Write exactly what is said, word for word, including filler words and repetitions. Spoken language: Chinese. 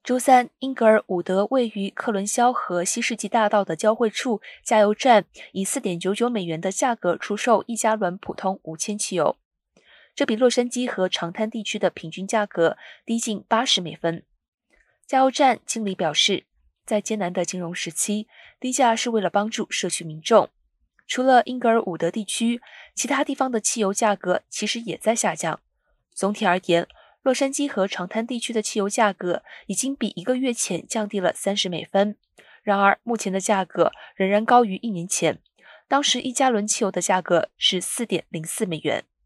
周三，英格尔伍德位于克伦肖和西世纪大道的交汇处加油站以 四点九九美元的价格出售一加仑普通无铅汽油，这比洛杉矶和长滩地区的平均价格低近八十美分。加油站经理表示，在艰难的金融时期，低价是为了帮助社区民众。除了英格尔伍德地区，其他地方的汽油价格其实也在下降。总体而言，洛杉矶和长滩地区的汽油价格已经比一个月前降低了三十美分。然而，目前的价格仍然高于一年前，当时一加仑汽油的价格是 四点零四美元。